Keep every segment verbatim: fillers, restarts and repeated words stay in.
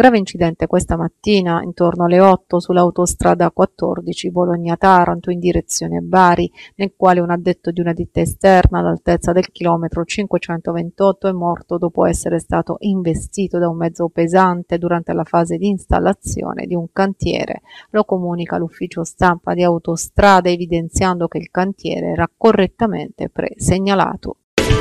grave incidente questa mattina intorno alle otto sull'autostrada quattordici Bologna-Taranto in direzione Bari, nel quale un addetto di una ditta esterna all'altezza del chilometro cinquecentoventotto è morto dopo essere stato investito da un mezzo pesante durante la fase di installazione di un cantiere. Lo comunica l'ufficio stampa di Autostrade, evidenziando che il cantiere era correttamente pre-segnalato.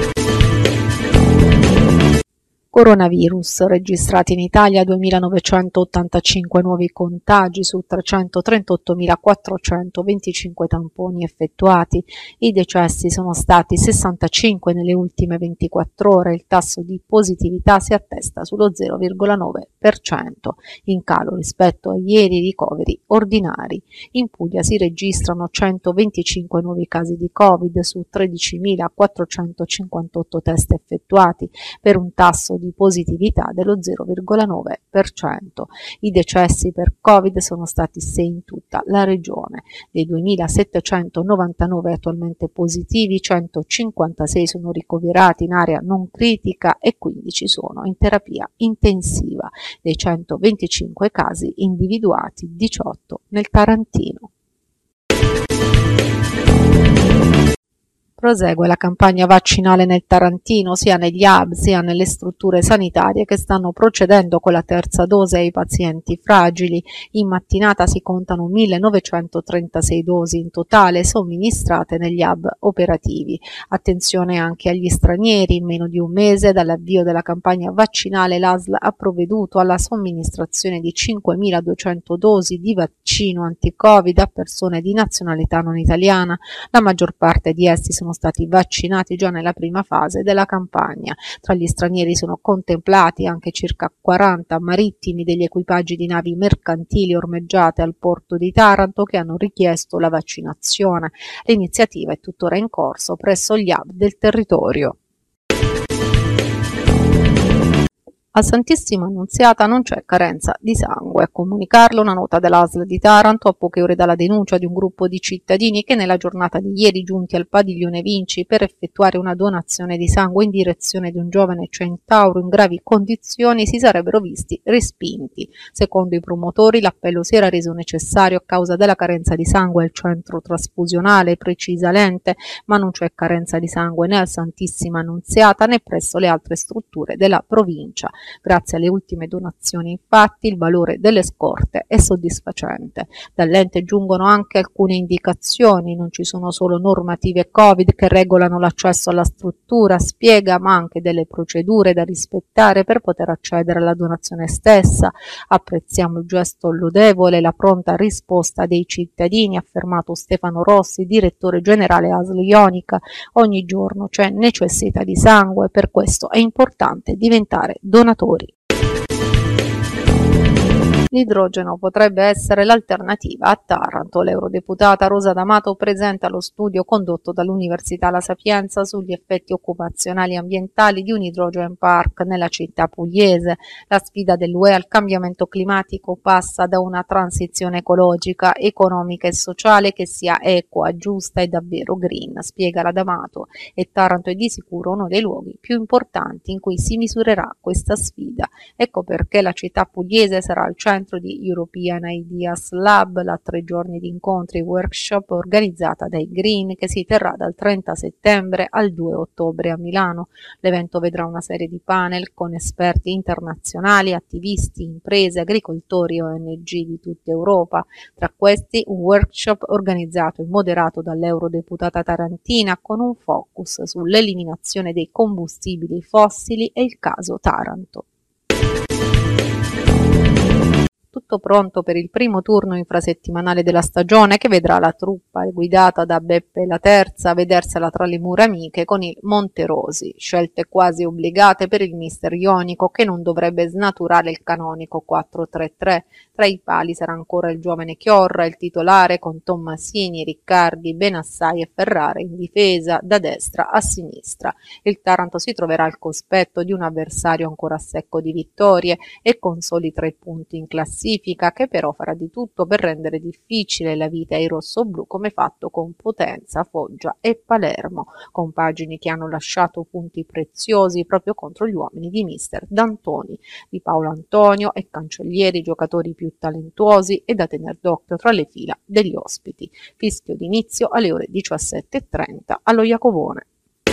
Coronavirus. Registrati in Italia duemilanovecentottantacinque nuovi contagi su trecentotrentottomilaquattrocentoventicinque tamponi effettuati. I decessi sono stati sessantacinque nelle ultime ventiquattro ore. Il tasso di positività si attesta sullo zero virgola nove per cento, in calo rispetto a ieri. Ricoveri ordinari. In Puglia si registrano centoventicinque nuovi casi di Covid su tredicimilaquattrocentocinquantotto test effettuati, per un tasso di di positività dello zero virgola nove per cento. I decessi per Covid sono stati sei in tutta la regione. Dei duemilasettecentonovantanove attualmente positivi, centocinquantasei sono ricoverati in area non critica e quindici sono in terapia intensiva. Dei centoventicinque casi individuati, diciotto nel Tarantino. Prosegue la campagna vaccinale nel Tarantino, sia negli hub sia nelle strutture sanitarie che stanno procedendo con la terza dose ai pazienti fragili. In mattinata si contano millenovecentotrentasei dosi in totale somministrate negli hub operativi. Attenzione anche agli stranieri. In meno di un mese dall'avvio della campagna vaccinale l'A S L ha provveduto alla somministrazione di cinquemiladuecento dosi di vaccino anti-Covid a persone di nazionalità non italiana. La maggior parte di essi sono stati vaccinati già nella prima fase della campagna. Tra gli stranieri sono contemplati anche circa quaranta marittimi degli equipaggi di navi mercantili ormeggiate al porto di Taranto che hanno richiesto la vaccinazione. L'iniziativa è tuttora in corso presso gli hub del territorio. A Santissima Annunziata non c'è carenza di sangue. A comunicarlo una nota dell'A S L di Taranto a poche ore dalla denuncia di un gruppo di cittadini che nella giornata di ieri, giunti al padiglione Vinci per effettuare una donazione di sangue in direzione di un giovane centauro in gravi condizioni, si sarebbero visti respinti. Secondo i promotori l'appello si era reso necessario a causa della carenza di sangue al centro trasfusionale, precisa l'ente, ma non c'è carenza di sangue né al Santissima Annunziata né presso le altre strutture della provincia. Grazie alle ultime donazioni, infatti, il valore delle scorte è soddisfacente. Dall'ente giungono anche alcune indicazioni. Non ci sono solo normative Covid che regolano l'accesso alla struttura, spiega, ma anche delle procedure da rispettare per poter accedere alla donazione stessa. Apprezziamo il gesto lodevole e la pronta risposta dei cittadini, ha affermato Stefano Rossi, direttore generale A S L Ionica. Ogni giorno c'è necessità di sangue, per questo è importante diventare donatori. L'idrogeno potrebbe essere l'alternativa a Taranto. L'eurodeputata Rosa D'Amato presenta lo studio condotto dall'Università La Sapienza sugli effetti occupazionali e ambientali di un hydrogen park nella città pugliese. La sfida dell'U E al cambiamento climatico passa da una transizione ecologica, economica e sociale che sia equa, giusta e davvero green, spiega la D'Amato, e Taranto è di sicuro uno dei luoghi più importanti in cui si misurerà questa sfida. Ecco perché la città pugliese sarà al centro di European Ideas Lab, la tre giorni di incontri e workshop organizzata dai Green, che si terrà dal trenta settembre al due ottobre a Milano. L'evento vedrà una serie di panel con esperti internazionali, attivisti, imprese, agricoltori e O N G di tutta Europa. Tra questi un workshop organizzato e moderato dall'eurodeputata tarantina con un focus sull'eliminazione dei combustibili fossili e il caso Taranto. Tutto pronto per il primo turno infrasettimanale della stagione, che vedrà la truppa guidata da Beppe La Terza vedersela tra le mura amiche con il Monterosi, scelte quasi obbligate per il mister ionico che non dovrebbe snaturare il canonico quattro tre tre. Tra i pali sarà ancora il giovane Chiorra, il titolare, con Tommasini, Riccardi, Benassai e Ferrara in difesa da destra a sinistra. Il Taranto si troverà al cospetto di un avversario ancora secco di vittorie e con soli tre punti in classifica classifica, che però farà di tutto per rendere difficile la vita ai rossoblù, come fatto con Potenza, Foggia e Palermo, compagini che hanno lasciato punti preziosi proprio contro gli uomini di mister D'Antoni, di Paolo Antonio e Cancellieri, giocatori più talentuosi e da tener d'occhio tra le fila degli ospiti. Fischio d'inizio alle ore diciassette e trenta allo Iacovone.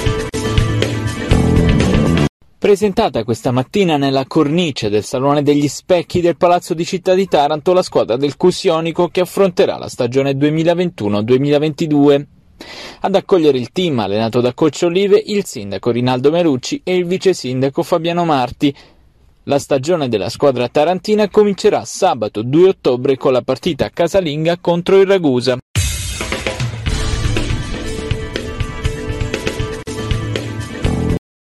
Presentata questa mattina nella cornice del Salone degli Specchi del Palazzo di Città di Taranto la squadra del Cusionico che affronterà la stagione duemilaventuno duemilaventidue. Ad accogliere il team, allenato da coach Olive, il sindaco Rinaldo Merucci e il vice sindaco Fabiano Marti. La stagione della squadra tarantina comincerà sabato due ottobre con la partita casalinga contro il Ragusa.